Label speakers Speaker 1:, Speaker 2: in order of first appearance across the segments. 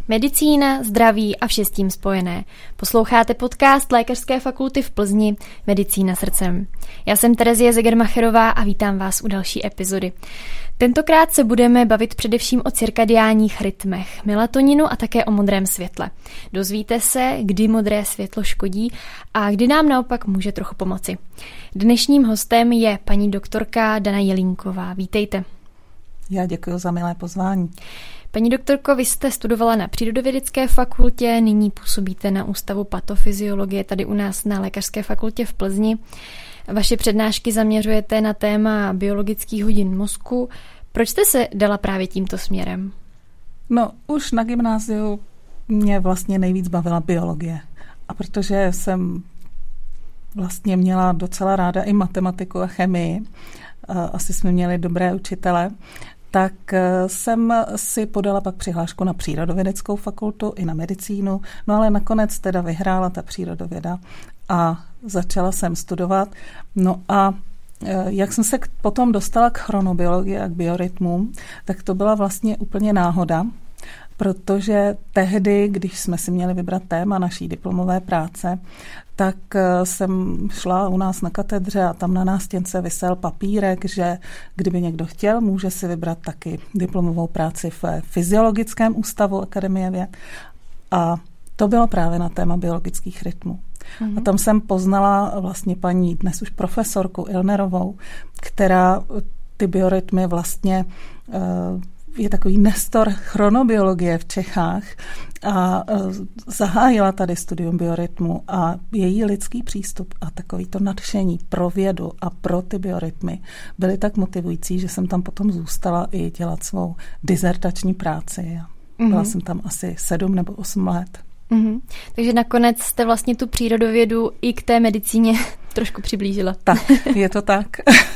Speaker 1: Medicína, zdraví a vše s tím spojené. Posloucháte podcast Lékařské fakulty v Plzni Medicína srdcem. Já jsem Terezie Zegermacherová a vítám vás u další epizody. Tentokrát se budeme bavit především o cirkadiálních rytmech, melatoninu a také o modrém světle. Dozvíte se, kdy modré světlo škodí a kdy nám naopak může trochu pomoci. Dnešním hostem je paní doktorka Dana Jelínková. Vítejte.
Speaker 2: Já děkuji za milé pozvání.
Speaker 1: Paní doktorko, vy jste studovala na Přírodovědecké fakultě, nyní působíte na Ústavu patofyziologie tady u nás na Lékařské fakultě v Plzni. Vaše přednášky zaměřujete na téma biologických hodin mozku. Proč jste se dala právě tímto směrem?
Speaker 2: No, už na gymnáziu mě vlastně nejvíc bavila biologie. A protože jsem vlastně měla docela ráda i matematiku a chemii, asi jsme měli dobré učitele, tak jsem si podala pak přihlášku na Přírodovědeckou fakultu i na medicínu, no ale nakonec teda vyhrála ta přírodověda a začala jsem studovat. No a jak jsem se potom dostala k chronobiologii a k biorytmům, tak to byla vlastně úplně náhoda, protože tehdy, když jsme si měli vybrat téma naší diplomové práce, tak jsem šla u nás na katedře a tam na nástěnce visel papírek, že kdyby někdo chtěl, může si vybrat taky diplomovou práci v Fyziologickém ústavu Akademie věd. A to bylo právě na téma biologických rytmů. A tam jsem poznala vlastně paní, dnes už profesorku Ilnerovou, která ty biorytmy vlastně je takový nestor chronobiologie v Čechách a zahájila tady studium biorytmu a její lidský přístup a takovýto nadšení pro vědu a pro ty biorytmy byly tak motivující, že jsem tam potom zůstala i dělat svou dizertační práci. Byla jsem tam asi 7 nebo 8 let.
Speaker 1: Takže nakonec jste vlastně tu přírodovědu i k té medicíně trošku přiblížila.
Speaker 2: Tak, je to tak.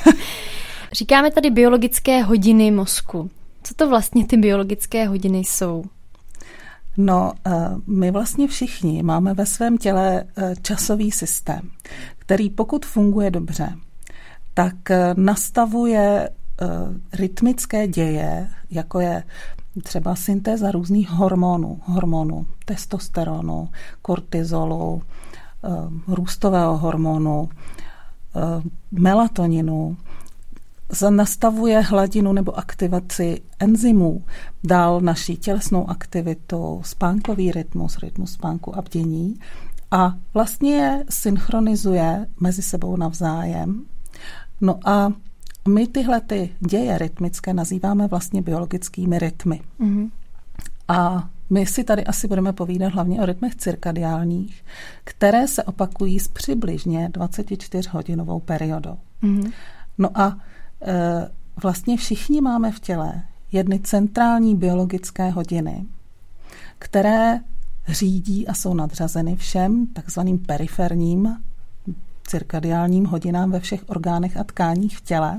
Speaker 1: Říkáme tady biologické hodiny mozku. Co to vlastně ty biologické hodiny jsou?
Speaker 2: No, my vlastně všichni máme ve svém těle časový systém, který pokud funguje dobře, tak nastavuje rytmické děje, jako je třeba syntéza různých hormonů, testosteronu, kortizolu, růstového hormonu, melatoninu, nastavuje hladinu nebo aktivaci enzymů, dál naší tělesnou aktivitu, spánkový rytmus spánku a bdění a vlastně je synchronizuje mezi sebou navzájem. No a my tyhle ty děje rytmické nazýváme vlastně biologickými rytmy. A my si tady asi budeme povídat hlavně o rytmech cirkadiálních, které se opakují s přibližně 24-hodinovou periodou. No a vlastně všichni máme v těle jedny centrální biologické hodiny, které řídí a jsou nadřazeny všem takzvaným periferním cirkadiálním hodinám ve všech orgánech a tkáních v těle.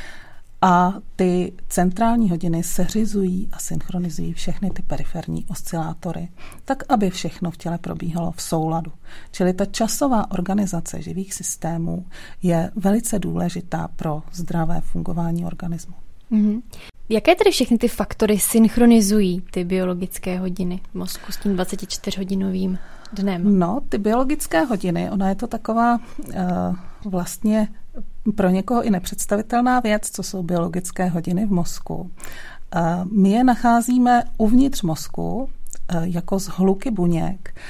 Speaker 2: A ty centrální hodiny seřizují a synchronizují všechny ty periferní oscilátory, tak aby všechno v těle probíhalo v souladu. Čili ta časová organizace živých systémů je velice důležitá pro zdravé fungování organismu.
Speaker 1: Jaké tedy všechny ty faktory synchronizují ty biologické hodiny v mozku s tím 24-hodinovým dnem?
Speaker 2: No, ty biologické hodiny, ona je to taková vlastně pro někoho i nepředstavitelná věc, co jsou biologické hodiny v mozku. My je nacházíme uvnitř mozku jako shluky buněk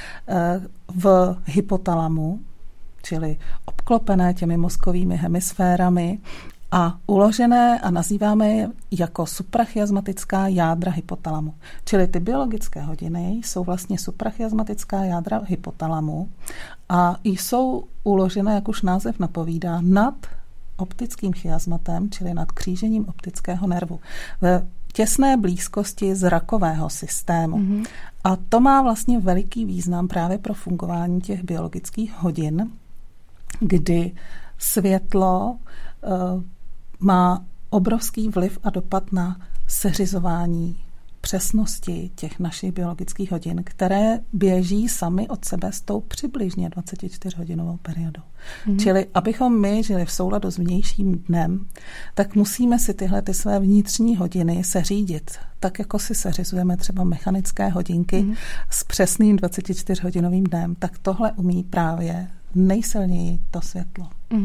Speaker 2: v hypotalamu, čili obklopené těmi mozkovými hemisférami a uložené a nazýváme je jako suprachiasmatická jádra hypotalamu. Čili ty biologické hodiny jsou vlastně suprachiasmatická jádra hypotalamu a jsou uložené, jak už název napovídá, nad optickým chiasmatem, čili nad křížením optického nervu, ve těsné blízkosti zrakového systému. A to má vlastně veliký význam právě pro fungování těch biologických hodin, kdy světlo má obrovský vliv a dopad na seřizování přesnosti těch našich biologických hodin, které běží sami od sebe s tou přibližně 24-hodinovou periodou. Čili abychom my žili v souladu s vnějším dnem, tak musíme si tyhle ty své vnitřní hodiny seřídit. Tak jako si seřizujeme třeba mechanické hodinky s přesným 24-hodinovým dnem, tak tohle umí právě nejsilněji to světlo.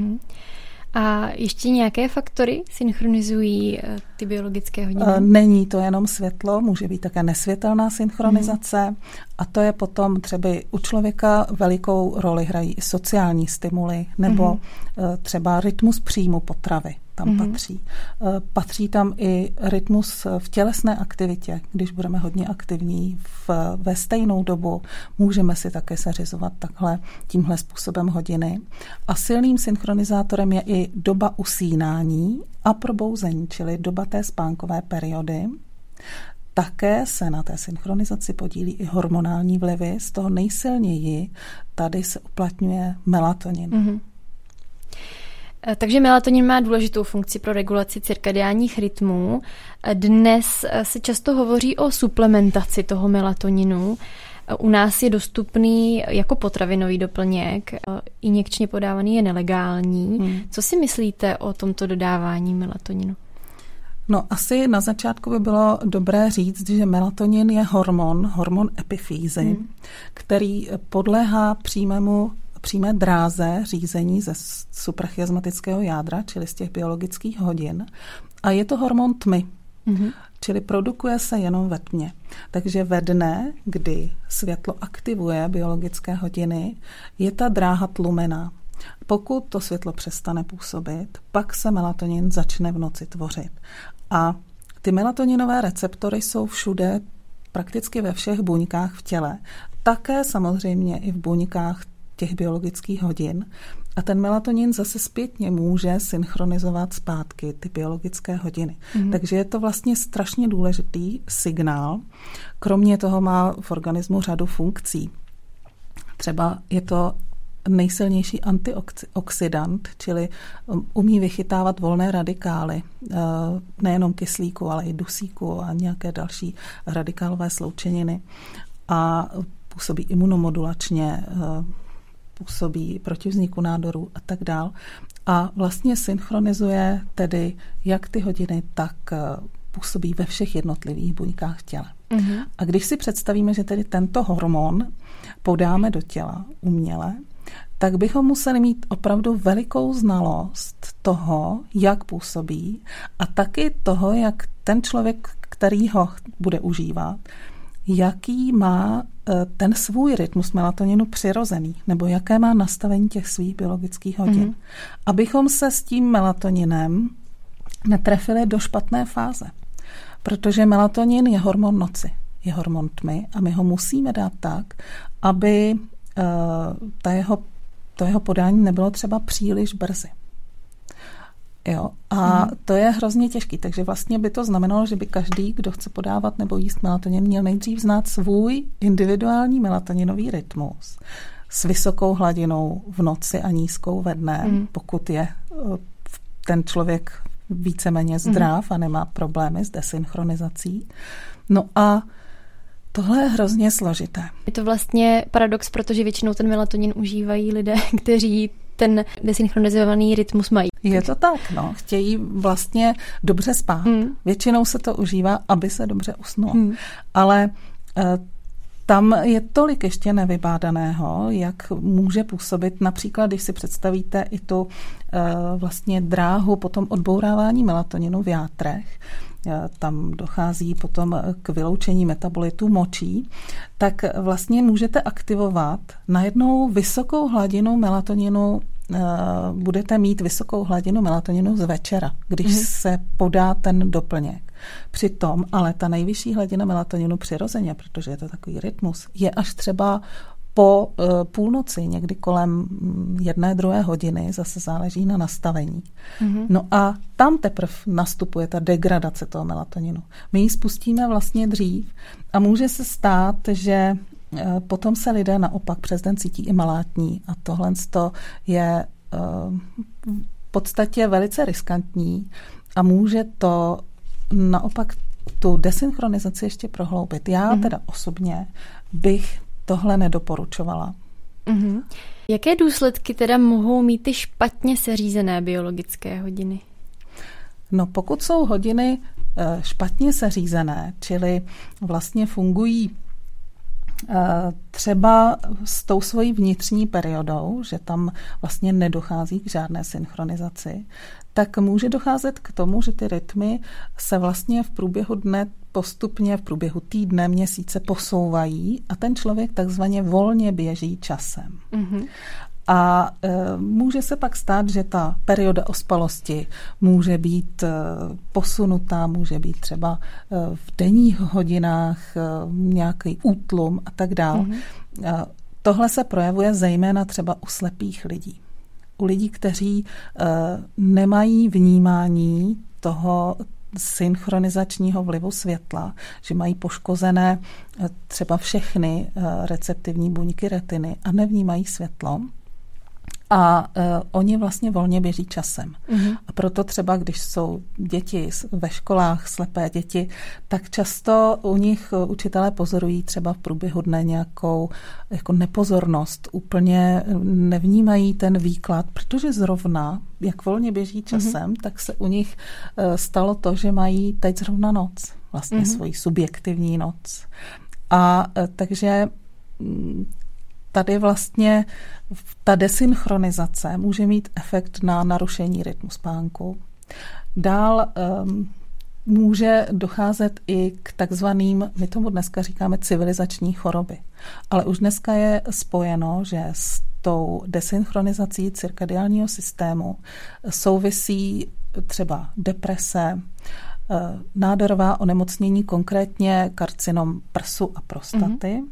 Speaker 1: A ještě nějaké faktory synchronizují ty biologické hodiny?
Speaker 2: Není to jenom světlo, může být také nesvětelná synchronizace a to je potom třeba u člověka velikou roli hrají i sociální stimuly nebo třeba rytmus příjmu potravy. Tam patří. Patří tam i rytmus v tělesné aktivitě. Když budeme hodně aktivní ve stejnou dobu, můžeme si také seřizovat tímhle způsobem hodiny. A silným synchronizátorem je i doba usínání a probouzení, čili doba té spánkové periody. Také se na té synchronizaci podílí i hormonální vlivy. Z toho nejsilněji tady se uplatňuje melatonin.
Speaker 1: Takže melatonin má důležitou funkci pro regulaci cirkadiánních rytmů. Dnes se často hovoří o suplementaci toho melatoninu. U nás je dostupný jako potravinový doplněk, injekčně podávaný je nelegální. Co si myslíte o tomto dodávání melatoninu?
Speaker 2: No asi na začátku by bylo dobré říct, že melatonin je hormon epifýzy, který podléhá přímé dráze řízení ze suprachiasmatického jádra, čili z těch biologických hodin. A je to hormon tmy, čili produkuje se jenom ve tmě. Takže ve dne, kdy světlo aktivuje biologické hodiny, je ta dráha tlumená. Pokud to světlo přestane působit, pak se melatonin začne v noci tvořit. A ty melatoninové receptory jsou všude, prakticky ve všech buňkách v těle. Také samozřejmě i v buňkách těch biologických hodin. A ten melatonin zase zpětně může synchronizovat zpátky ty biologické hodiny. Takže je to vlastně strašně důležitý signál. Kromě toho má v organismu řadu funkcí. Třeba je to nejsilnější antioxidant, čili umí vychytávat volné radikály, nejenom kyslíku, ale i dusíku a nějaké další radikálové sloučeniny. A působí imunomodulačně, působí proti vzniku nádorů a tak dál. A vlastně synchronizuje tedy jak ty hodiny, tak působí ve všech jednotlivých buňkách v těle. A když si představíme, že tedy tento hormon podáme do těla uměle, tak bychom museli mít opravdu velikou znalost toho, jak působí a taky toho, jak ten člověk, který ho bude užívat, jaký má ten svůj rytmus melatoninu přirozený, nebo jaké má nastavení těch svých biologických hodin. Abychom se s tím melatoninem netrefili do špatné fáze. Protože melatonin je hormon noci, je hormon tmy a my ho musíme dát tak, aby to jeho podání nebylo třeba příliš brzy. Jo, a to je hrozně těžký, takže vlastně by to znamenalo, že by každý, kdo chce podávat nebo jíst melatonin, měl nejdřív znát svůj individuální melatoninový rytmus s vysokou hladinou v noci a nízkou ve dne, pokud je ten člověk víceméně zdrav a nemá problémy s desynchronizací. No a tohle je hrozně složité.
Speaker 1: Je to vlastně paradox, protože většinou ten melatonin užívají lidé, kteří ten desynchronizovaný rytmus mají.
Speaker 2: Je to tak, no. Chtějí vlastně dobře spát. Většinou se to užívá, aby se dobře usnulo. Ale tam je tolik ještě nevybádaného, jak může působit. Například, když si představíte i tu vlastně dráhu potom odbourávání melatoninu v játrech, tam dochází potom k vyloučení metabolitů močí, tak vlastně můžete aktivovat najednou vysokou hladinu melatoninu, budete mít vysokou hladinu melatoninu z večera, když se podá ten doplněk. Přitom ale ta nejvyšší hladina melatoninu přirozeně, protože je to takový rytmus, je až třeba po půlnoci, někdy kolem 1-2 hodiny, zase záleží na nastavení. No a tam teprve nastupuje ta degradace toho melatoninu. My ji spustíme vlastně dřív a může se stát, že potom se lidé naopak přes den cítí i malátní a tohle je v podstatě velice riskantní a může to naopak tu desynchronizaci ještě prohloubit. Já teda osobně bych tohle nedoporučovala.
Speaker 1: Jaké důsledky teda mohou mít ty špatně seřízené biologické hodiny?
Speaker 2: No, pokud jsou hodiny špatně seřízené, čili vlastně fungují třeba s tou svojí vnitřní periodou, že tam vlastně nedochází k žádné synchronizaci, tak může docházet k tomu, že ty rytmy se vlastně v průběhu dne postupně v průběhu týdne, měsíce posouvají a ten člověk takzvaně volně běží časem. A může se pak stát, že ta perioda ospalosti může být posunutá, může být třeba v denních hodinách nějaký útlum a tak dále. Tohle se projevuje zejména třeba u slepých lidí. U lidí, kteří nemají vnímání toho synchronizačního vlivu světla, že mají poškozené třeba všechny receptivní buňky retiny a nevnímají světlo. A oni vlastně volně běží časem. A proto třeba, když jsou děti ve školách, slepé děti, tak často u nich učitelé pozorují třeba v průběhu dne nějakou jako nepozornost. Úplně nevnímají ten výklad, protože zrovna, jak volně běží časem, tak se u nich stalo to, že mají teď zrovna noc. Vlastně svoji subjektivní noc. A takže tady vlastně ta desynchronizace může mít efekt na narušení rytmu spánku. Dál může docházet i k takzvaným, my tomu dneska říkáme civilizační choroby. Ale už dneska je spojeno, že s tou desynchronizací cirkadiálního systému souvisí třeba deprese, nádorová onemocnění, konkrétně karcinom prsu a prostaty,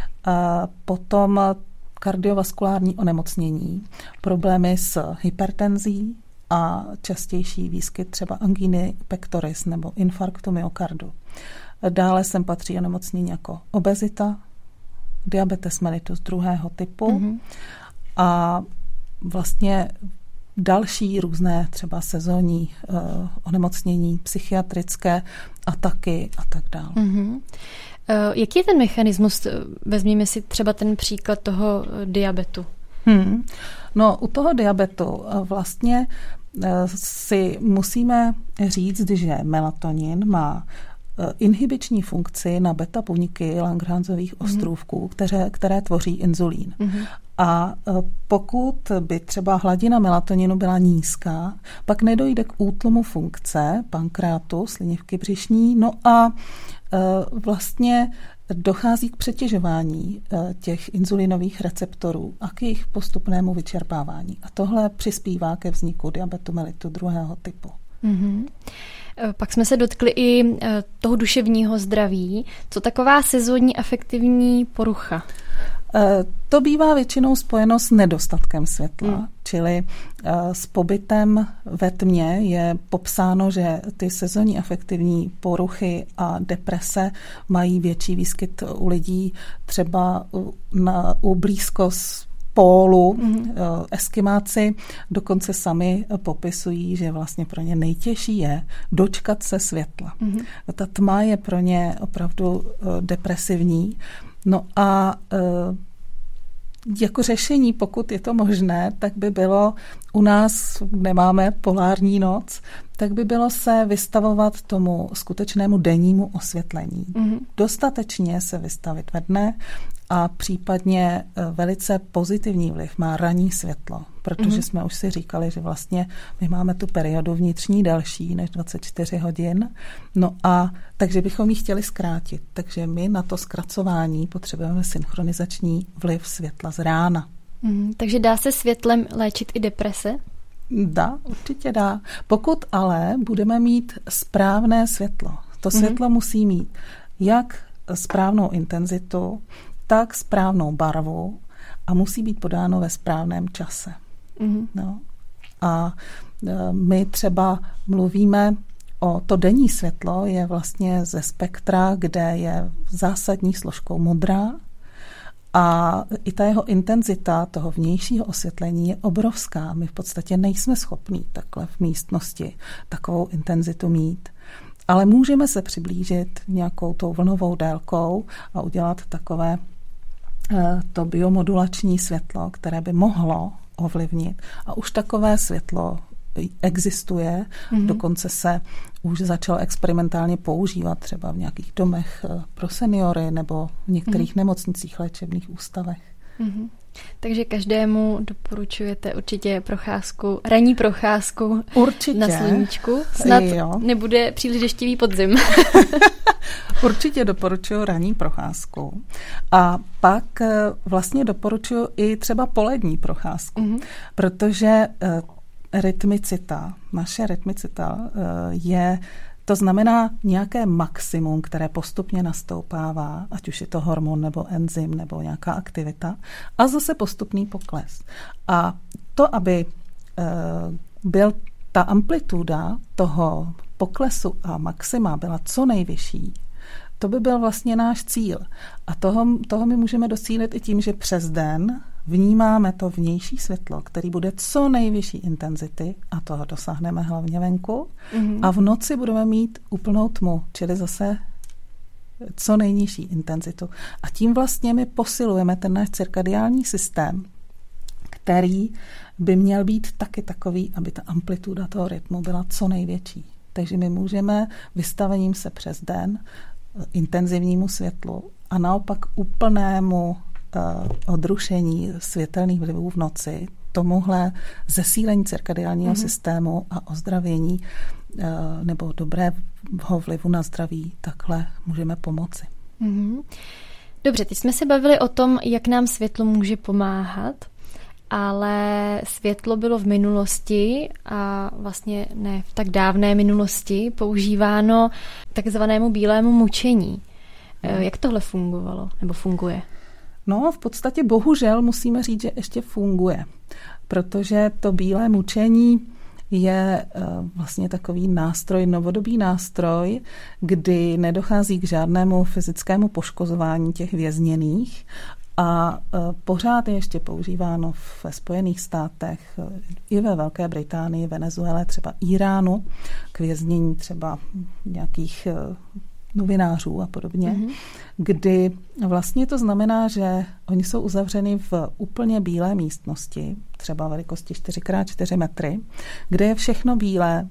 Speaker 2: potom kardiovaskulární onemocnění, problémy s hypertenzí a častější výskyt třeba angíny pectoris nebo infarktu myokardu. Dále sem patří onemocnění jako obezita, diabetes mellitus 2. typu a vlastně další různé třeba sezónní onemocnění psychiatrické ataky a tak dále.
Speaker 1: Jaký je ten mechanismus? Vezměme si třeba ten příklad toho diabetu.
Speaker 2: No, u toho diabetu vlastně si musíme říct, že melatonin má inhibiční funkci na beta buňky Langerhansových ostrůvků, které tvoří inzulín. A pokud by třeba hladina melatoninu byla nízká, pak nedojde k útlumu funkce pankreatu, slinivky břišní, no a vlastně dochází k přetěžování těch inzulinových receptorů a k jejich postupnému vyčerpávání. A tohle přispívá ke vzniku diabetu mellitus 2. typu.
Speaker 1: Pak jsme se dotkli i toho duševního zdraví. Co taková sezónní afektivní porucha?
Speaker 2: To bývá většinou spojeno s nedostatkem světla, čili s pobytem ve tmě je popsáno, že ty sezónní afektivní poruchy a deprese mají větší výskyt u lidí třeba u blízkost pólu. Eskimáci dokonce sami popisují, že vlastně pro ně nejtěžší je dočkat se světla. Ta tma je pro ně opravdu depresivní. No a jako řešení, pokud je to možné, tak by bylo, u nás nemáme polární noc, tak by bylo se vystavovat tomu skutečnému dennímu osvětlení. Dostatečně se vystavit ve dne a případně velice pozitivní vliv má ranní světlo, protože jsme už si říkali, že vlastně my máme tu periodu vnitřní delší než 24 hodin, no a takže bychom ji chtěli zkrátit. Takže my na to zkracování potřebujeme synchronizační vliv světla z rána.
Speaker 1: Takže dá se světlem léčit i deprese?
Speaker 2: Dá, určitě dá. Pokud ale budeme mít správné světlo, to světlo musí mít jak správnou intenzitu, tak správnou barvu a musí být podáno ve správném čase. No. A my třeba mluvíme o to denní světlo, je vlastně ze spektra, kde je zásadní složkou modrá a i ta jeho intenzita toho vnějšího osvětlení je obrovská. My v podstatě nejsme schopní takhle v místnosti takovou intenzitu mít. Ale můžeme se přiblížit nějakou tou vlnovou délkou a udělat takové to biomodulační světlo, které by mohlo ovlivnit. A už takové světlo existuje, dokonce se už začalo experimentálně používat třeba v nějakých domech pro seniory nebo v některých nemocnicích, léčebných ústavech.
Speaker 1: Takže každému doporučujete určitě procházku, ranní procházku
Speaker 2: určitě.
Speaker 1: Na sluníčku. Snad nebude příliš deštivý podzim.
Speaker 2: Určitě doporučuji ranní procházku. A pak vlastně doporučuji i třeba polední procházku, protože rytmicita, naše rytmicita je, to znamená nějaké maximum, které postupně nastoupává, ať už je to hormon nebo enzym nebo nějaká aktivita, a zase postupný pokles. A to, aby byl ta amplituda toho poklesu a maxima byla co nejvyšší, to by byl vlastně náš cíl. A toho my můžeme docílit i tím, že přes den vnímáme to vnější světlo, který bude co nejvyšší intenzity, a toho dosáhneme hlavně venku. A v noci budeme mít úplnou tmu, čili zase co nejnižší intenzitu. A tím vlastně my posilujeme ten náš cirkadiální systém, který by měl být taky takový, aby ta amplituda toho rytmu byla co největší. Takže my můžeme vystavením se přes den intenzivnímu světlu a naopak úplnému odrušení světelných vlivů v noci, tomuhle zesílení cirkadiálního systému a ozdravění nebo dobrého vlivu na zdraví, takhle můžeme pomoci.
Speaker 1: Dobře, teď jsme se bavili o tom, jak nám světlo může pomáhat, ale světlo bylo v minulosti a vlastně ne v tak dávné minulosti používáno takzvanému bílému mučení. Jak tohle fungovalo nebo funguje?
Speaker 2: No, v podstatě bohužel musíme říct, že ještě funguje, protože to bílé mučení je vlastně takový nástroj, novodobý nástroj, kdy nedochází k žádnému fyzickému poškozování těch vězněných a pořád je ještě používáno ve Spojených státech, i ve Velké Británii, Venezuele, třeba Iránu, k věznění třeba nějakých novinářů a podobně, kdy vlastně to znamená, že oni jsou uzavřeni v úplně bílé místnosti, třeba velikosti 4x4 metry, kde je všechno bílé.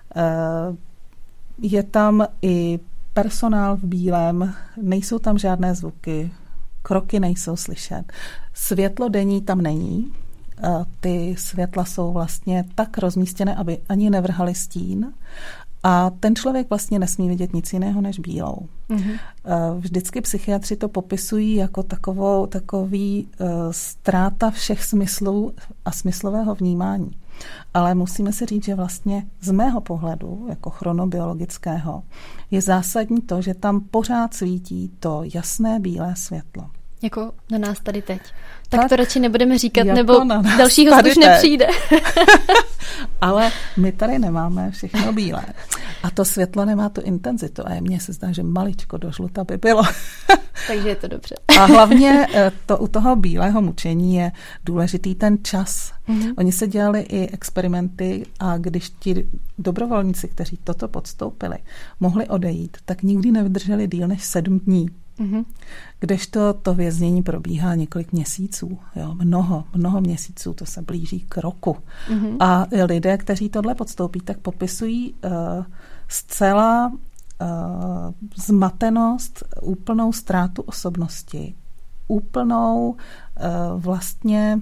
Speaker 2: Je tam i personál v bílém, nejsou tam žádné zvuky, kroky nejsou slyšet. Světlo denní tam není. Ty světla jsou vlastně tak rozmístěné, aby ani nevrhaly stín. A ten člověk vlastně nesmí vidět nic jiného než bílou. Vždycky psychiatři to popisují jako takový ztráta všech smyslů a smyslového vnímání. Ale musíme si říct, že vlastně z mého pohledu, jako chronobiologického, je zásadní to, že tam pořád svítí to jasné bílé světlo.
Speaker 1: Jako na nás tady teď. Tak to radši nebudeme říkat, nebo další host už nepřijde.
Speaker 2: Ale my tady nemáme všechno bílé. A to světlo nemá tu intenzitu. A mně se zdá, že maličko do žluta by bylo.
Speaker 1: Takže je to dobře.
Speaker 2: A hlavně u toho bílého mučení je důležitý ten čas. Oni se dělali i experimenty a když ti dobrovolníci, kteří toto podstoupili, mohli odejít, tak nikdy nevydrželi díl než 7 dní. Kdežto to věznění probíhá několik měsíců. Jo, mnoho měsíců, to se blíží k roku. A lidé, kteří tohle podstoupí, tak popisují zcela zmatenost, úplnou ztrátu osobnosti, úplnou vlastně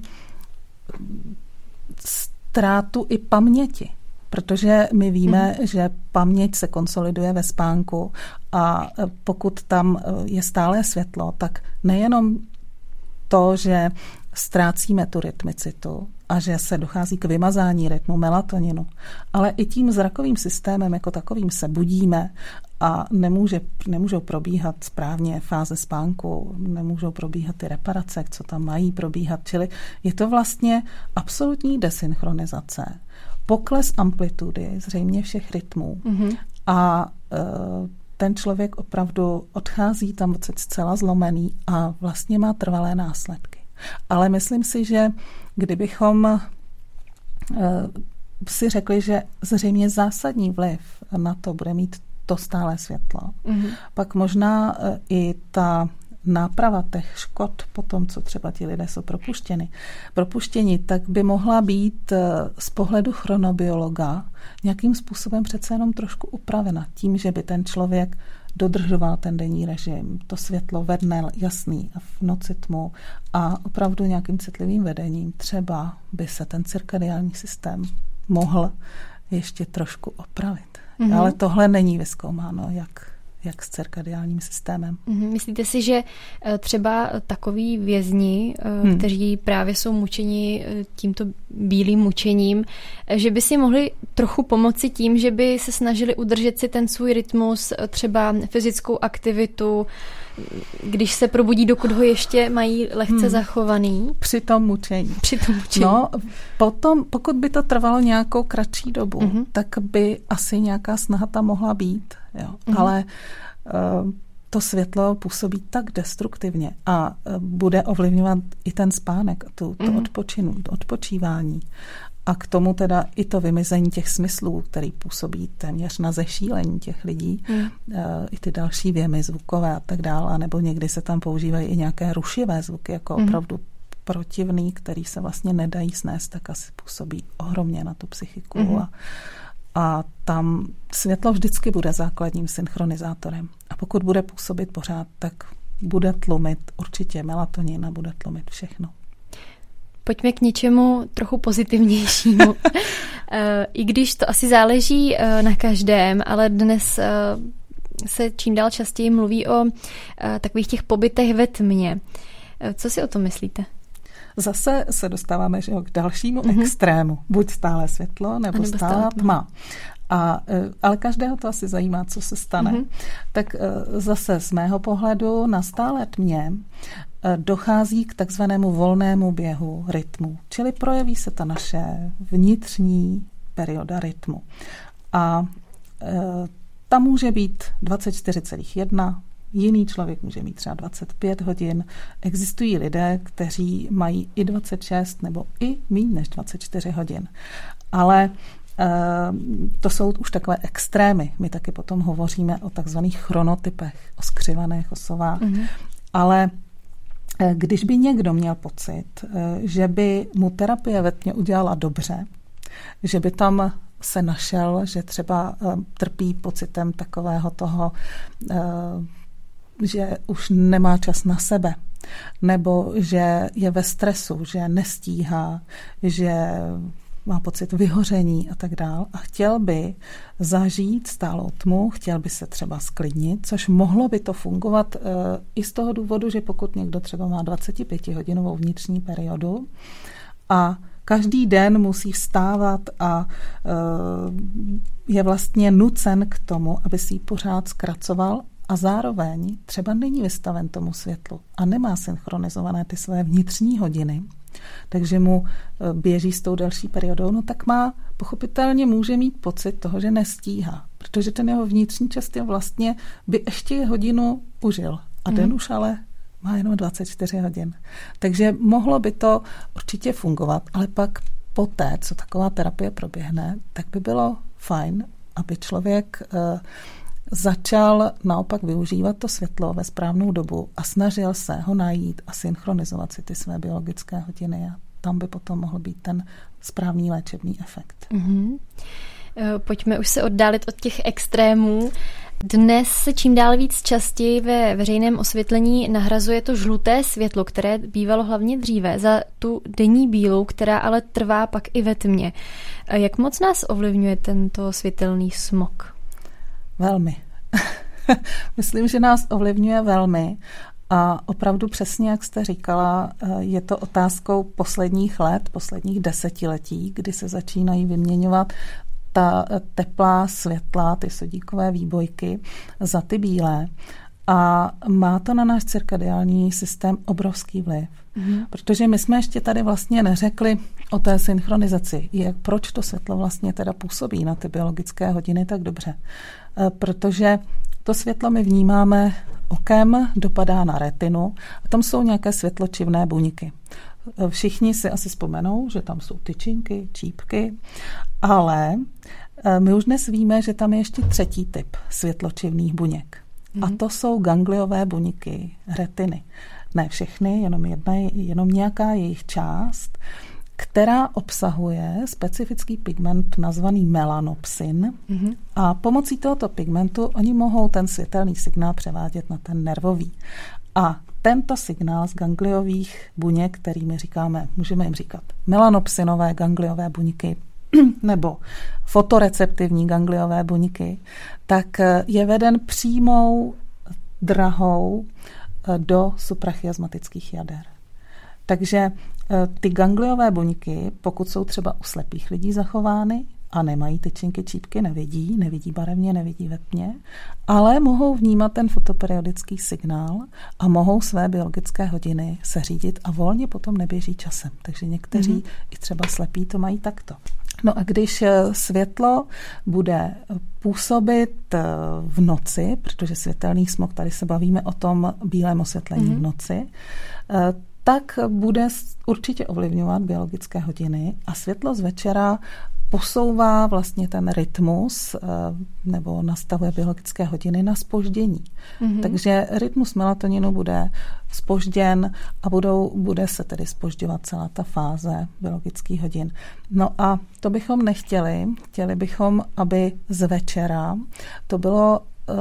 Speaker 2: ztrátu i paměti. Protože my víme, že paměť se konsoliduje ve spánku a pokud tam je stálé světlo, tak nejenom to, že ztrácíme tu rytmicitu a že se dochází k vymazání rytmu melatoninu, ale i tím zrakovým systémem jako takovým se budíme a nemůžou probíhat správně fáze spánku, nemůžou probíhat ty reparace, co tam mají probíhat, čili je to vlastně absolutní desynchronizace. Pokles amplitudy, zřejmě všech rytmů. A ten člověk opravdu odchází tam odsaď zcela zlomený a vlastně má trvalé následky. Ale myslím si, že kdybychom si řekli, že zřejmě zásadní vliv na to bude mít to stálé světlo. Pak možná i ta náprava těch škod po tom, co třeba ti lidé jsou propuštěni, tak by mohla být z pohledu chronobiologa nějakým způsobem přece jenom trošku upravena tím, že by ten člověk dodržoval ten denní režim, to světlo ve dne jasný a v noci tmu a opravdu nějakým citlivým vedením třeba by se ten cirkadiální systém mohl ještě trošku opravit. Ale tohle není vyzkoumáno, jak s cirkadiálním systémem.
Speaker 1: Myslíte si, že třeba takoví vězni, kteří právě jsou mučeni tímto bílým mučením, že by si mohli trochu pomoci tím, že by se snažili udržet si ten svůj rytmus, třeba fyzickou aktivitu, když se probudí, dokud ho ještě mají lehce zachovaný?
Speaker 2: Při tom mučení. No, potom, pokud by to trvalo nějakou kratší dobu, tak by asi nějaká snaha tam mohla být. Jo. Ale to světlo působí tak destruktivně a bude ovlivňovat i ten spánek, to odpočívání. A k tomu teda i to vymizení těch smyslů, který působí téměř na zešílení těch lidí, i ty další věmy zvukové a tak dále, nebo někdy se tam používají i nějaké rušivé zvuky, jako opravdu protivný, který se vlastně nedají snést, tak asi působí ohromně na tu psychiku. A tam světlo vždycky bude základním synchronizátorem. A pokud bude působit pořád, tak bude tlumit určitě melatonin a bude tlumit všechno.
Speaker 1: Pojďme k něčemu trochu pozitivnějšímu. I když to asi záleží na každém, ale dnes se čím dál častěji mluví o takových těch pobytech ve tmě. Co si o tom myslíte?
Speaker 2: Zase se dostáváme k dalšímu extrému. Buď stále světlo, nebo stále tma. Ale každého to asi zajímá, co se stane. Tak zase z mého pohledu na stálé tmě dochází k takzvanému volnému běhu rytmu. Čili projeví se ta naše vnitřní perioda rytmu. A ta může být 24,1, jiný člověk může mít třeba 25 hodin. Existují lidé, kteří mají i 26 nebo i méně než 24 hodin. Ale to jsou už takové extrémy. My taky potom hovoříme o takzvaných chronotypech, o skřivaných osobách. Ale když by někdo měl pocit, že by mu terapie ve tmě udělala dobře, že by tam se našel, že třeba trpí pocitem takového toho, že už nemá čas na sebe, nebo že je ve stresu, že nestíhá, že má pocit vyhoření a tak dál a chtěl by zažít stálou tmu, chtěl by se třeba sklidnit, což mohlo by to fungovat i z toho důvodu, že pokud někdo třeba má 25-hodinovou vnitřní periodu a každý den musí vstávat a je vlastně nucen k tomu, aby si ji pořád zkracoval a zároveň třeba není vystaven tomu světlu a nemá synchronizované ty své vnitřní hodiny, takže mu běží s tou delší periodou, no tak pochopitelně může mít pocit toho, že nestíhá, protože ten jeho vnitřní čas vlastně by ještě hodinu užil a den už ale má jenom 24 hodin. Takže mohlo by to určitě fungovat, ale pak poté, co taková terapie proběhne, tak by bylo fajn, aby člověk začal naopak využívat to světlo ve správnou dobu a snažil se ho najít a synchronizovat si ty své biologické hodiny a tam by potom mohl být ten správný léčebný efekt.
Speaker 1: Pojďme už se oddálit od těch extrémů. Dnes se čím dál víc častěji ve veřejném osvětlení nahrazuje to žluté světlo, které bývalo hlavně dříve, za tu denní bílou, která ale trvá pak i ve tmě. Jak moc nás ovlivňuje tento světelný smog?
Speaker 2: Velmi. Myslím, že nás ovlivňuje velmi a opravdu přesně, jak jste říkala, je to otázkou posledních let, posledních desetiletí, kdy se začínají vyměňovat ta teplá světla, ty sodíkové výbojky za ty bílé. A má to na náš cirkadiální systém obrovský vliv. Protože my jsme ještě tady vlastně neřekli o té synchronizaci, proč to světlo vlastně teda působí na ty biologické hodiny tak dobře. Protože to světlo my vnímáme okem, dopadá na retinu a tam jsou nějaké světločivné buňky. Všichni si asi vzpomenou, že tam jsou tyčinky, čípky, ale My už dnes víme, že tam je ještě třetí typ světločivných buněk. A to jsou gangliové buňky retiny. Ne všechny, jenom nějaká jejich část, která obsahuje specifický pigment nazvaný melanopsin. A pomocí tohoto pigmentu oni mohou ten světelný signál převádět na ten nervový. A tento signál z gangliových buněk, kterými můžeme jim říkat melanopsinové gangliové buňky nebo fotoreceptivní gangliové buňky, tak je veden přímou drahou do suprachiasmatických jader. Takže ty gangliové buňky, pokud jsou třeba u slepých lidí zachovány a nemají tyčinky, čípky, nevidí barevně, nevidí ve tmě, ale mohou vnímat ten fotoperiodický signál a mohou své biologické hodiny seřídit a volně potom neběží časem. Takže někteří i třeba slepí to mají takto. No a když světlo bude působit v noci, protože světelný smog, tady se bavíme o tom bílém osvětlení v noci, tak bude určitě ovlivňovat biologické hodiny a světlo z večera posouvá vlastně ten rytmus nebo nastavuje biologické hodiny na zpoždění. Takže rytmus melatoninu bude zpožděn a bude se tedy zpožďovat celá ta fáze biologických hodin. No a to bychom nechtěli. Chtěli bychom, aby z večera to bylo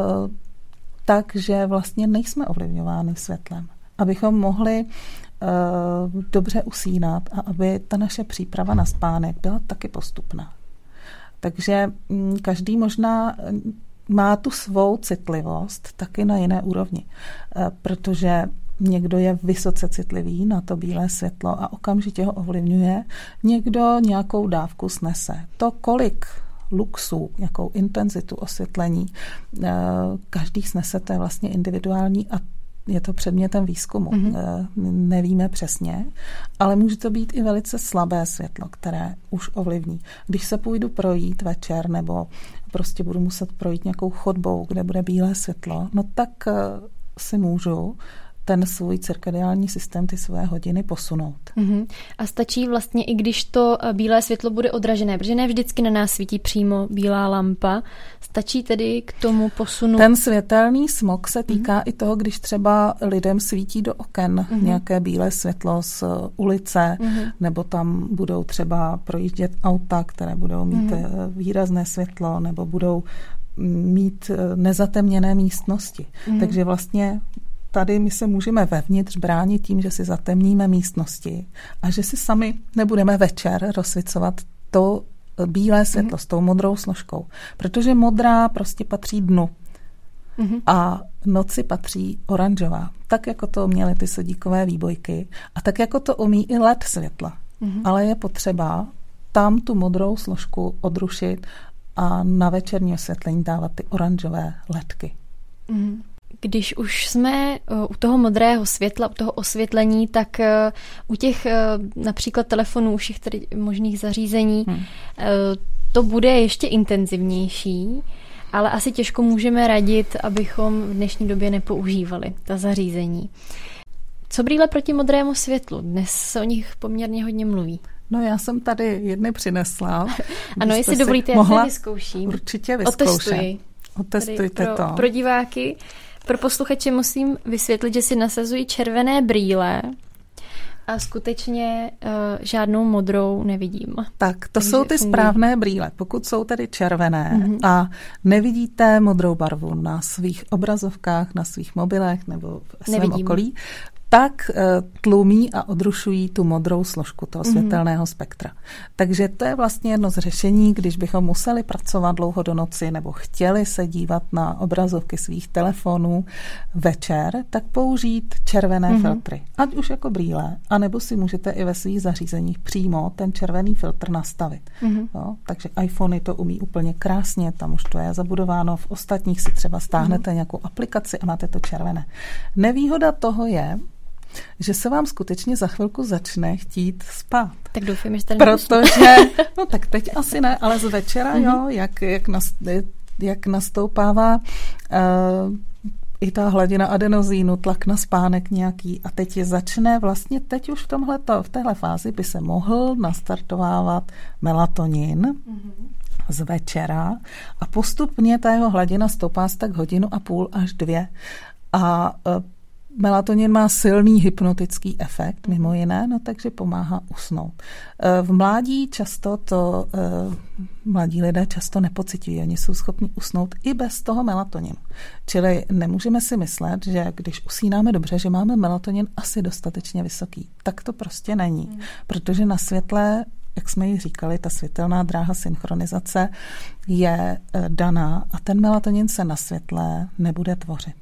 Speaker 2: tak, že vlastně nejsme ovlivňováni světlem. Abychom mohli dobře usínat a aby ta naše příprava na spánek byla taky postupná. Takže každý možná má tu svou citlivost taky na jiné úrovni, protože někdo je vysoce citlivý na to bílé světlo a okamžitě ho ovlivňuje, někdo nějakou dávku snese. To, kolik luxu, jakou intenzitu osvětlení každý snese, to je vlastně individuální a je to předmětem výzkumu. Nevíme přesně, ale může to být i velice slabé světlo, které už ovlivní. Když se půjdu projít večer nebo prostě budu muset projít nějakou chodbou, kde bude bílé světlo, no tak si můžu ten svůj cirkadiální systém, ty své hodiny posunout.
Speaker 1: A stačí vlastně, i když to bílé světlo bude odražené, protože ne vždycky na nás svítí přímo bílá lampa, stačí tedy k tomu posunu.
Speaker 2: Ten světelný smog se týká i toho, když třeba lidem svítí do oken nějaké bílé světlo z ulice, nebo tam budou třeba projíždět auta, které budou mít výrazné světlo, nebo budou mít nezatemněné místnosti. Takže vlastně tady my se můžeme vevnitř bránit tím, že si zatemníme místnosti a že si sami nebudeme večer rozsvicovat to bílé světlo s tou modrou složkou. Protože modrá prostě patří dnu a noci patří oranžová. Tak, jako to měly ty sodíkové výbojky a tak, jako to umí i LED světla. Ale je potřeba tam tu modrou složku odrušit a na večerní osvětlení dávat ty oranžové ledky.
Speaker 1: Když už jsme u toho modrého světla, u toho osvětlení, tak u těch například telefonů, u všech tady možných zařízení, to bude ještě intenzivnější, ale asi těžko můžeme radit, abychom v dnešní době nepoužívali ta zařízení. Co brýle proti modrému světlu? Dnes se o nich poměrně hodně mluví.
Speaker 2: No já jsem tady jedny přinesla.
Speaker 1: Ano, jestli dovolíte, já se vyzkouším.
Speaker 2: Určitě vyzkouším. Otestujte to.
Speaker 1: Pro diváky, pro posluchače musím vysvětlit, že si nasazují červené brýle a skutečně žádnou modrou nevidím.
Speaker 2: Tak, to jsou ty správné brýle. Pokud jsou tedy červené a nevidíte modrou barvu na svých obrazovkách, na svých mobilech nebo v svém okolí, tak tlumí a odrušují tu modrou složku toho světelného spektra. Takže to je vlastně jedno z řešení, když bychom museli pracovat dlouho do noci nebo chtěli se dívat na obrazovky svých telefonů večer, tak použít červené filtry. Ať už jako brýle, anebo si můžete i ve svých zařízeních přímo ten červený filtr nastavit. No, takže iPhony to umí úplně krásně, tam už to je zabudováno, v ostatních si třeba stáhnete nějakou aplikaci a máte to červené. Nevýhoda toho je, že se vám skutečně za chvilku začne chtít spát.
Speaker 1: Tak doufám, že tady
Speaker 2: protože, no tak teď asi ne, ale z večera, jo, jak nastoupává i ta hladina adenozínu, tlak na spánek nějaký a teď začne vlastně teď už v téhle fázi by se mohl nastartovávat melatonin z večera a postupně ta jeho hladina stoupá tak 1,5 hodiny až 2. A melatonin má silný hypnotický efekt, mimo jiné, no takže pomáhá usnout. V mládí mladí lidé často nepociťují, oni jsou schopni usnout i bez toho melatoninu. Čili nemůžeme si myslet, že když usínáme dobře, že máme melatonin asi dostatečně vysoký. Tak to prostě není, protože na světle, jak jsme ji říkali, ta světelná dráha synchronizace je daná a ten melatonin se na světle nebude tvořit.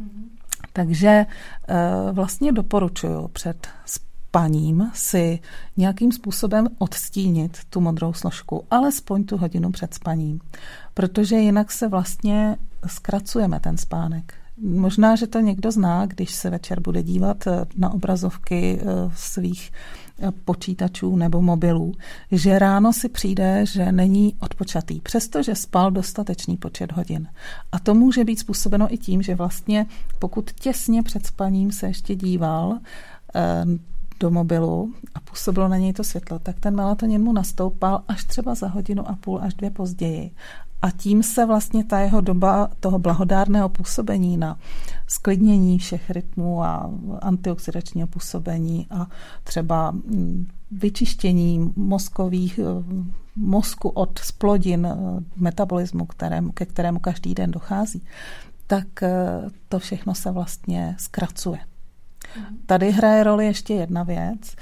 Speaker 2: Takže vlastně doporučuji před spaním si nějakým způsobem odstínit tu modrou složku, alespoň tu hodinu před spaním, protože jinak se vlastně zkracujeme ten spánek. Možná, že to někdo zná, když se večer bude dívat na obrazovky svých počítačů nebo mobilů, že ráno si přijde, že není odpočatý, přestože spal dostatečný počet hodin. A to může být způsobeno i tím, že vlastně pokud těsně před spaním se ještě díval do mobilu a působilo na něj to světlo, tak ten melatonin mu nastoupal až třeba za 1,5 hodiny až 2 později. A tím se vlastně ta jeho doba toho blahodárného působení na sklidnění všech rytmů a antioxidačního působení a třeba vyčištění mozku od splodin metabolismu, ke kterému každý den dochází, tak to všechno se vlastně zkracuje. Tady hraje roli ještě jedna věc,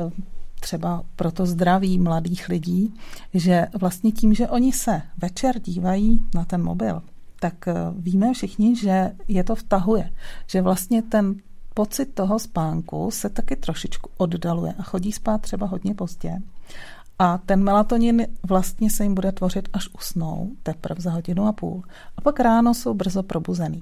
Speaker 2: třeba pro to zdraví mladých lidí, že vlastně tím, že oni se večer dívají na ten mobil, tak víme všichni, že je to vtahuje, že vlastně ten pocit toho spánku se taky trošičku oddaluje a chodí spát třeba hodně pozdě. A ten melatonin vlastně se jim bude tvořit, až usnou, teprve za 1,5 hodiny. A pak ráno jsou brzo probuzený.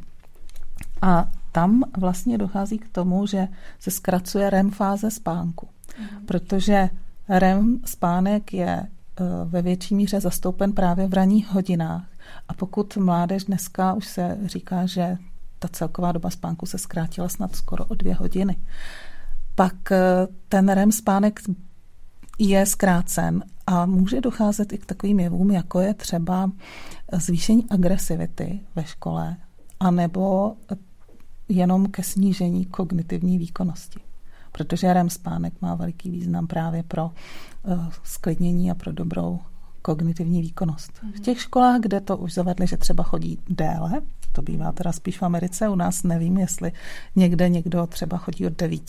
Speaker 2: A tam vlastně dochází k tomu, že se zkracuje REM fáze spánku. Protože REM spánek je ve větší míře zastoupen právě v ranních hodinách. A pokud mládež dneska už se říká, že ta celková doba spánku se zkrátila snad skoro o 2 hodiny, pak ten REM spánek je zkrácen a může docházet i k takovým jevům, jako je třeba zvýšení agresivity ve škole, anebo jenom ke snížení kognitivní výkonnosti. Protože REM spánek má veliký význam právě pro sklidnění a pro dobrou kognitivní výkonnost. V těch školách, kde to už zavedli, že třeba chodí déle, to bývá teda spíš v Americe, u nás nevím, jestli někdo třeba chodí od 9,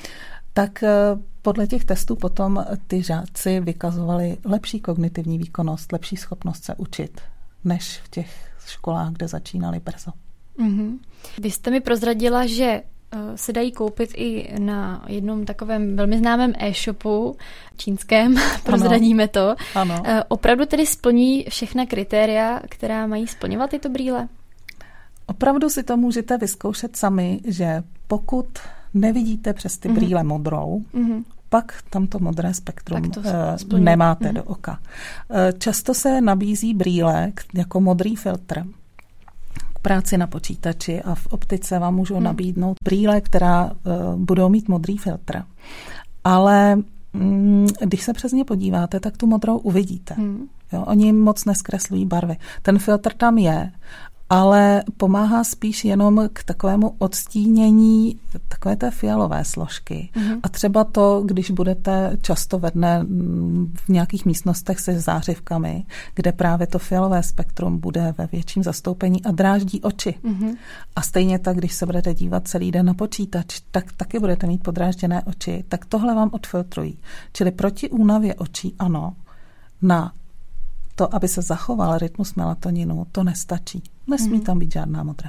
Speaker 2: tak podle těch testů potom ty žáci vykazovali lepší kognitivní výkonnost, lepší schopnost se učit, než v těch školách, kde začínali brzo.
Speaker 1: Vy jste mi prozradila, že se dají koupit i na jednom takovém velmi známém e-shopu čínském, prozradíme to.
Speaker 2: Ano.
Speaker 1: Opravdu tedy splní všechna kritéria, která mají splňovat tyto brýle?
Speaker 2: Opravdu si to můžete vyzkoušet sami, že pokud nevidíte přes ty brýle modrou, pak tam to modré spektrum nemáte do oka. Často se nabízí brýle jako modrý filtr práci na počítači a v optice vám můžou nabídnout brýle, která budou mít modrý filtr. Ale když se přes ně podíváte, tak tu modrou uvidíte. Jo, oni moc neskreslují barvy. Ten filtr tam je, ale pomáhá spíš jenom k takovému odstínění takové té fialové složky. A třeba to, když budete často ve dne v nějakých místnostech se zářivkami, kde právě to fialové spektrum bude ve větším zastoupení a dráždí oči. A stejně tak, když se budete dívat celý den na počítač, tak taky budete mít podrážděné oči, tak tohle vám odfiltrují. Čili proti únavě očí ano, na to, aby se zachoval rytmus melatoninu, to nestačí. Nesmí tam být žádná modrá.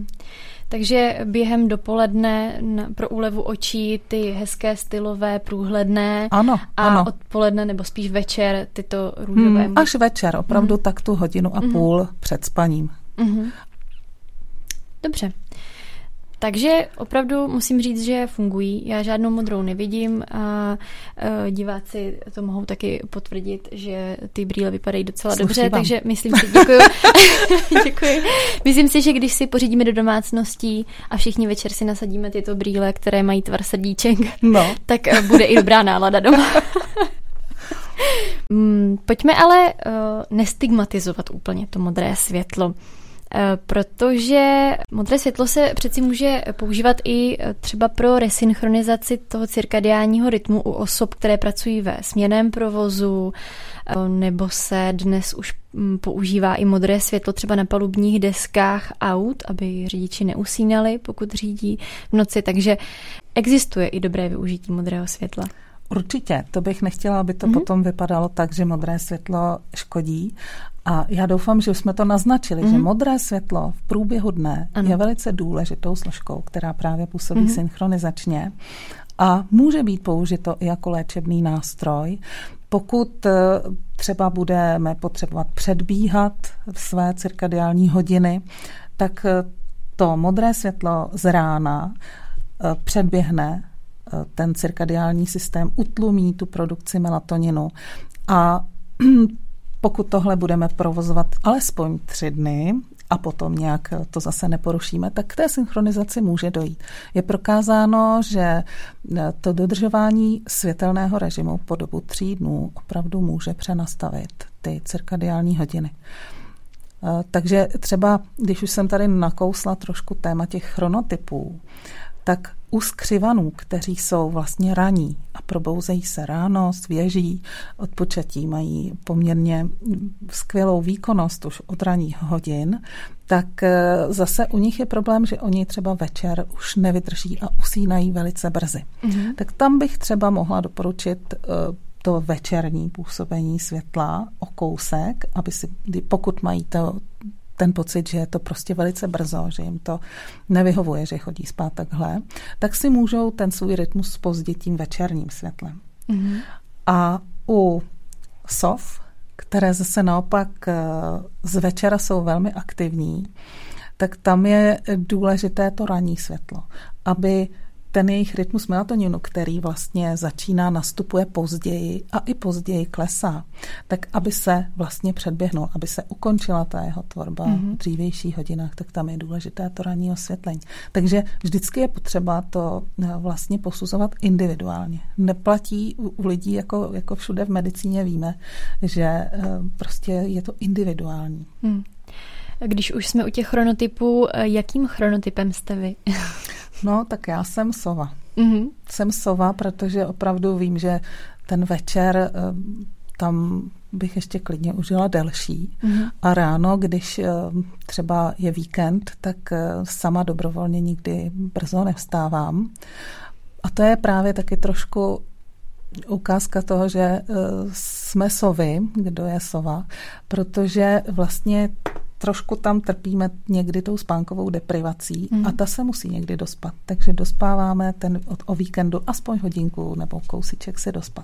Speaker 1: Takže během dopoledne pro úlevu očí ty hezké stylové, průhledné
Speaker 2: ano.
Speaker 1: odpoledne nebo spíš večer tyto růžové.
Speaker 2: Až večer, opravdu tak tu 1,5 hodiny před spaním.
Speaker 1: Dobře. Takže opravdu musím říct, že fungují. Já žádnou modrou nevidím a diváci to mohou taky potvrdit, že ty brýle vypadají docela dobře, takže myslím si, děkuji. Myslím si, že když si pořídíme do domácností a všichni večer si nasadíme tyto brýle, které mají tvar srdíček, tak bude i dobrá nálada doma. Pojďme ale nestigmatizovat úplně to modré světlo, protože modré světlo se přeci může používat i třeba pro resynchronizaci toho cirkadiálního rytmu u osob, které pracují ve směnném provozu, nebo se dnes už používá i modré světlo třeba na palubních deskách aut, aby řidiči neusínali, pokud řídí v noci, takže existuje i dobré využití modrého světla.
Speaker 2: Určitě, to bych nechtěla, aby to potom vypadalo tak, že modré světlo škodí. A já doufám, že jsme to naznačili, že modré světlo v průběhu dne je velice důležitou složkou, která právě působí synchronizačně a může být použito i jako léčebný nástroj. Pokud třeba budeme potřebovat předbíhat své cirkadiální hodiny, tak to modré světlo z rána předběhne ten cirkadiální systém, utlumí tu produkci melatoninu a pokud tohle budeme provozovat alespoň 3 dny a potom nějak to zase neporušíme, tak k té synchronizaci může dojít. Je prokázáno, že to dodržování světelného režimu po dobu 3 dnů opravdu může přenastavit ty cirkadiální hodiny. Takže třeba, když už jsem tady nakousla trošku téma těch chronotypů, tak u skřivanů, kteří jsou vlastně raní a probouzejí se ráno, svěží, odpočatí, mají poměrně skvělou výkonnost už od ranních hodin, tak zase u nich je problém, že oni třeba večer už nevydrží a usínají velice brzy. Tak tam bych třeba mohla doporučit to večerní působení světla o kousek, aby si, pokud mají ten pocit, že je to prostě velice brzo, že jim to nevyhovuje, že chodí spát takhle, tak si můžou ten svůj rytmus zpozdit tím večerním světlem. A u sov, které zase naopak z večera jsou velmi aktivní, tak tam je důležité to ranní světlo, aby ten jejich rytmus melatoninu, který vlastně začíná, nastupuje později a i později klesá, tak aby se vlastně předběhnul, aby se ukončila ta jeho tvorba v dřívějších hodinách, tak tam je důležité to ranní osvětlení. Takže vždycky je potřeba to vlastně posuzovat individuálně. Neplatí u lidí, jako všude v medicíně víme, že prostě je to individuální.
Speaker 1: Když už jsme u těch chronotypů, jakým chronotypem jste vy?
Speaker 2: No, tak já jsem sova. Jsem sova, protože opravdu vím, že ten večer tam bych ještě klidně užila delší. A ráno, když třeba je víkend, tak sama dobrovolně nikdy brzo nevstávám. A to je právě taky trošku ukázka toho, že jsme sovy, kdo je sova, protože vlastně trošku tam trpíme někdy tou spánkovou deprivací a ta se musí někdy dospat. Takže dospáváme o víkendu aspoň hodinku nebo kousíček si dospat.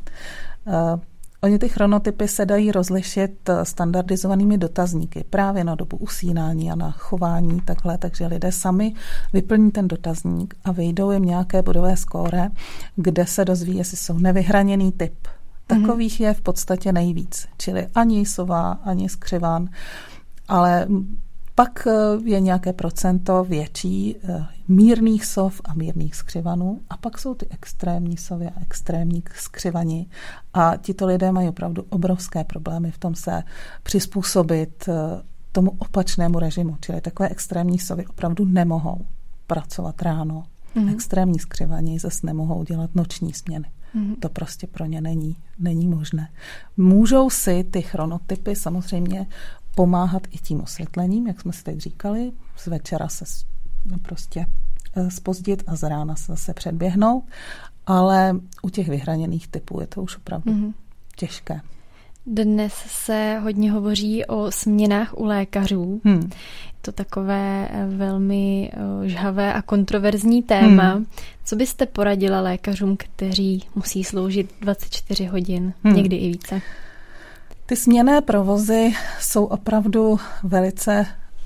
Speaker 2: Oni ty chronotypy se dají rozlišit standardizovanými dotazníky právě na dobu usínání a na chování takhle, takže lidé sami vyplní ten dotazník a vyjdou jim nějaké bodové skóre, kde se dozví, jestli jsou nevyhraněný typ. Takových je v podstatě nejvíc, čili ani sova, ani skřivan, ale pak je nějaké procento větší mírných sov a mírných skřivanů a pak jsou ty extrémní sovy a extrémní skřivani a tito lidé mají opravdu obrovské problémy v tom se přizpůsobit tomu opačnému režimu, čili takové extrémní sovy opravdu nemohou pracovat ráno. Extrémní skřivani zase nemohou dělat noční směny. To prostě pro ně není možné. Můžou si ty chronotypy samozřejmě pomáhat i tím osvětlením, jak jsme si teď říkali, z večera se prostě zpozdit a z rána se zase předběhnout, ale u těch vyhraněných typů je to už opravdu těžké.
Speaker 1: Dnes se hodně hovoří o směnách u lékařů. Je to takové velmi žhavé a kontroverzní téma. Co byste poradila lékařům, kteří musí sloužit 24 hodin, někdy i více?
Speaker 2: Ty směnné provozy jsou opravdu velice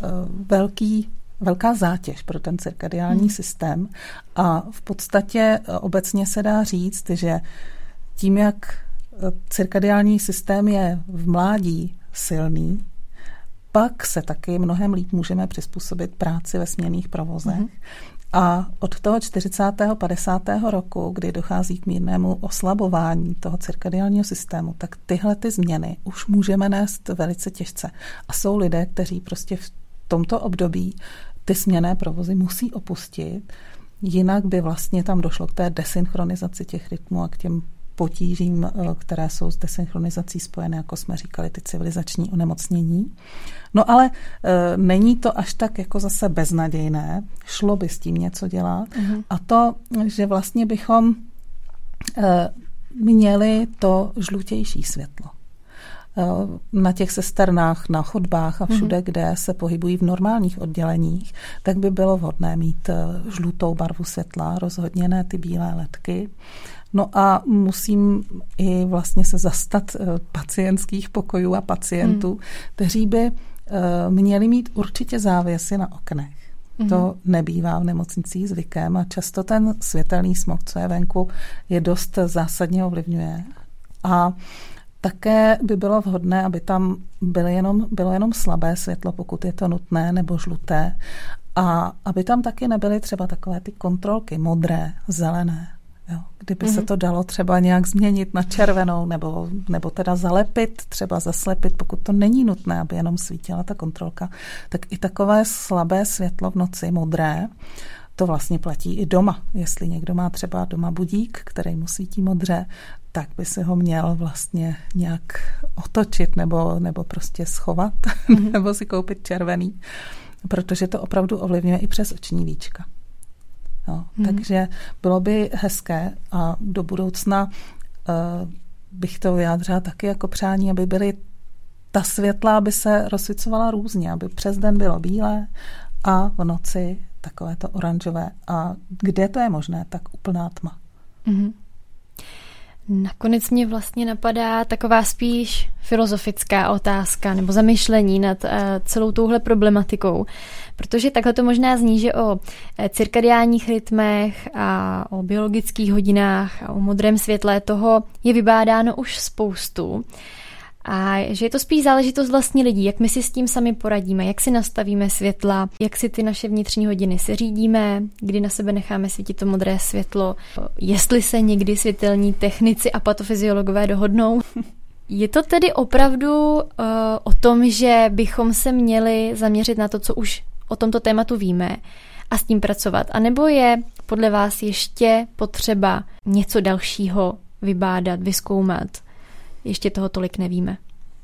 Speaker 2: velká zátěž pro ten cirkadiální systém a v podstatě obecně se dá říct, že tím, jak cirkadiální systém je v mládí silný, pak se taky mnohem líp můžeme přizpůsobit práci ve směnných provozech. A od toho 40. 50. roku, kdy dochází k mírnému oslabování toho cirkadiálního systému, tak tyhle ty změny už můžeme nést velice těžce. A jsou lidé, kteří prostě v tomto období ty směnné provozy musí opustit, jinak by vlastně tam došlo k té desynchronizaci těch rytmů a k těm potížím, které jsou s desynchronizací spojené, jako jsme říkali, ty civilizační onemocnění. No ale není to až tak jako zase beznadějné, šlo by s tím něco dělat. A to, že vlastně bychom měli to žlutější světlo. Na těch sesternách, na chodbách a všude, kde se pohybují v normálních odděleních, tak by bylo vhodné mít žlutou barvu světla, rozhodně ne ty bílé ledky. No a musím i vlastně se zastat pacientských pokojů a pacientů, kteří by měli mít určitě závěsy na oknech. To nebývá v nemocnicích zvykem a často ten světelný smog, co je venku, je dost zásadně ovlivňuje. A také by bylo vhodné, aby tam bylo jenom slabé světlo, pokud je to nutné, nebo žluté. A aby tam taky nebyly třeba takové ty kontrolky, modré, zelené. Jo, kdyby se to dalo třeba nějak změnit na červenou, nebo teda zalepit, třeba zaslepit, pokud to není nutné, aby jenom svítila ta kontrolka, tak i takové slabé světlo v noci, modré, to vlastně platí i doma. Jestli někdo má třeba doma budík, který mu svítí modře, tak by si ho měl vlastně nějak otočit nebo prostě schovat, nebo si koupit červený, protože to opravdu ovlivňuje i přes oční víčka. No, takže bylo by hezké a do budoucna bych to vyjádřila taky jako přání, aby byly ta světla, aby se rozsvicovala různě, aby přes den bylo bílé a v noci takové to oranžové. A kde to je možné, tak úplná tma.
Speaker 1: Nakonec mě vlastně napadá taková spíš filozofická otázka nebo zamyšlení nad celou touhle problematikou, protože takhle to možná zní, že o cirkadiálních rytmech a o biologických hodinách a o modrém světle toho je vybádáno už spoustu. A že je to spíš záležitost vlastně lidí, jak my si s tím sami poradíme, jak si nastavíme světla, jak si ty naše vnitřní hodiny seřídíme, kdy na sebe necháme svítit to modré světlo, jestli se někdy světelní technici a patofyziologové dohodnou. Je to tedy opravdu o tom, že bychom se měli zaměřit na to, co už o tomto tématu víme a s tím pracovat, anebo je podle vás ještě potřeba něco dalšího vybádat, vyzkoumat? Ještě toho tolik nevíme.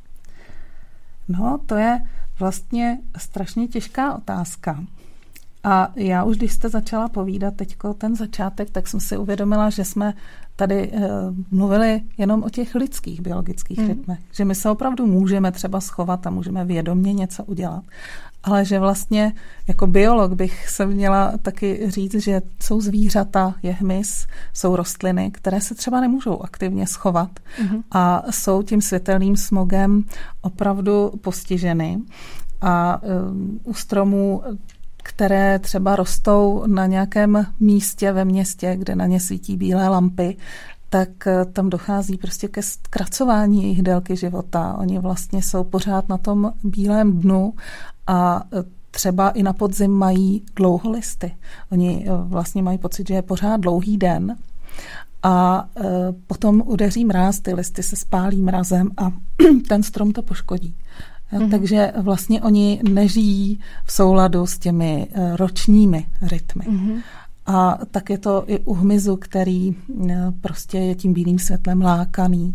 Speaker 2: No, to je vlastně strašně těžká otázka. A já už, když jste začala povídat teďko ten začátek, tak jsem si uvědomila, že jsme tady mluvili jenom o těch lidských biologických rytmech. Že my se opravdu můžeme třeba schovat a můžeme vědomě něco udělat. Ale že vlastně jako biolog bych se měla taky říct, že jsou zvířata, je hmyz, jsou rostliny, které se třeba nemůžou aktivně schovat a jsou tím světelným smogem opravdu postiženy. A u stromů, které třeba rostou na nějakém místě ve městě, kde na ně svítí bílé lampy, tak tam dochází prostě ke zkracování jejich délky života. Oni vlastně jsou pořád na tom bílém dnu a třeba i na podzim mají dlouholisty. Oni vlastně mají pocit, že je pořád dlouhý den a potom udeří mráz, ty listy se spálí mrazem a ten strom to poškodí. Takže vlastně oni nežijí v souladu s těmi ročními rytmy. A tak je to i u hmyzu, který prostě je tím bílým světlem lákaný.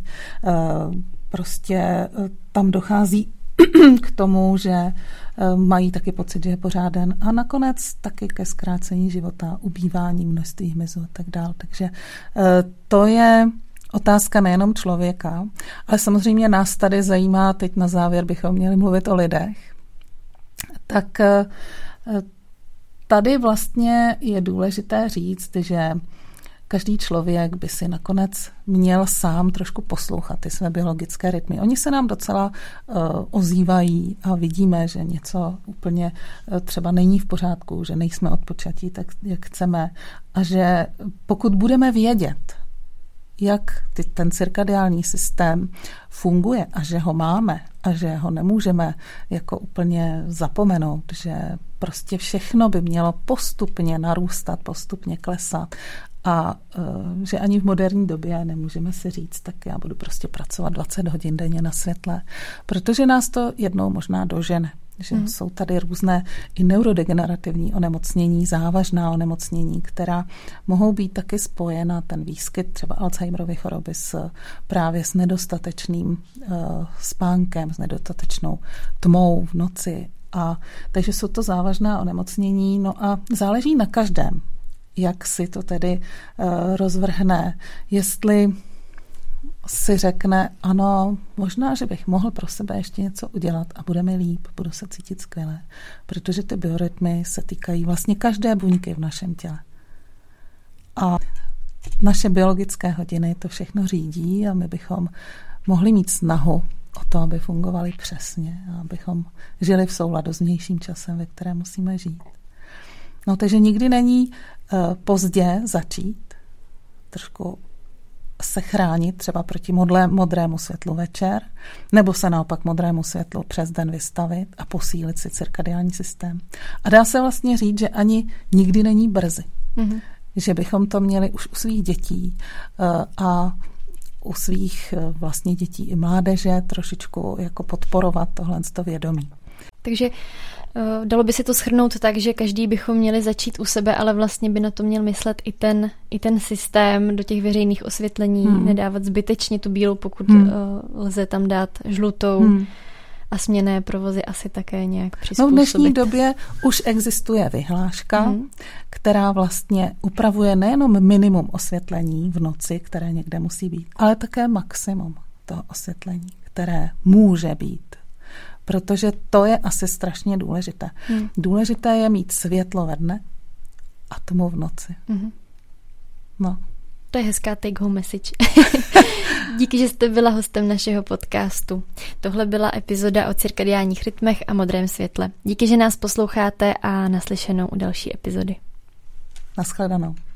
Speaker 2: Prostě tam dochází k tomu, že mají taky pocit, že je pořád den. A nakonec taky ke zkrácení života, ubývání množství hmyzu a tak dále. Takže to je otázka nejenom člověka, ale samozřejmě nás tady zajímá, teď na závěr bychom měli mluvit o lidech. Tak tady vlastně je důležité říct, že každý člověk by si nakonec měl sám trošku poslouchat ty své biologické rytmy. Oni se nám docela ozývají a vidíme, že něco úplně třeba není v pořádku, že nejsme odpočatí tak, jak chceme. A že pokud budeme vědět, jak ten cirkadiální systém funguje a že ho máme a že ho nemůžeme jako úplně zapomenout, že prostě všechno by mělo postupně narůstat, postupně klesat a že ani v moderní době nemůžeme si říct, tak já budu prostě pracovat 20 hodin denně na světle, protože nás to jednou možná dožene. Že jsou tady různé i neurodegenerativní onemocnění, závažná onemocnění, která mohou být taky spojena, ten výskyt třeba Alzheimerovy choroby právě s nedostatečným spánkem, s nedostatečnou tmou v noci. Takže jsou to závažná onemocnění, no a záleží na každém, jak si to tedy rozvrhne, jestli si řekne, ano, možná, že bych mohl pro sebe ještě něco udělat a bude mi líp, budu se cítit skvěle, protože ty biorytmy se týkají vlastně každé buňky v našem těle. A naše biologické hodiny to všechno řídí a my bychom mohli mít snahu o to, aby fungovaly přesně a abychom žili v souladu s vnějším časem, ve kterém musíme žít. No, takže nikdy není pozdě začít trošku se chránit třeba proti modrému světlu večer, nebo se naopak modrému světlu přes den vystavit a posílit si cirkadiální systém. A dá se vlastně říct, že ani nikdy není brzy. Mm-hmm. Že bychom to měli už u svých dětí a u svých vlastně dětí i mládeže trošičku jako podporovat tohle vědomí.
Speaker 1: Takže dalo by se to shrnout tak, že každý bychom měli začít u sebe, ale vlastně by na to měl myslet i ten systém do těch veřejných osvětlení, nedávat zbytečně tu bílou, pokud lze tam dát žlutou a směnné provozy asi také nějak přizpůsobit.
Speaker 2: No v dnešní době už existuje vyhláška, která vlastně upravuje nejenom minimum osvětlení v noci, které někde musí být, ale také maximum toho osvětlení, které může být. Protože to je asi strašně důležité. Důležité je mít světlo ve dne a tmu v noci. No.
Speaker 1: To je hezká take home message. Díky, že jste byla hostem našeho podcastu. Tohle byla epizoda o cirkadiálních rytmech a modrém světle. Díky, že nás posloucháte a naslyšenou u další epizody.
Speaker 2: Naschledanou.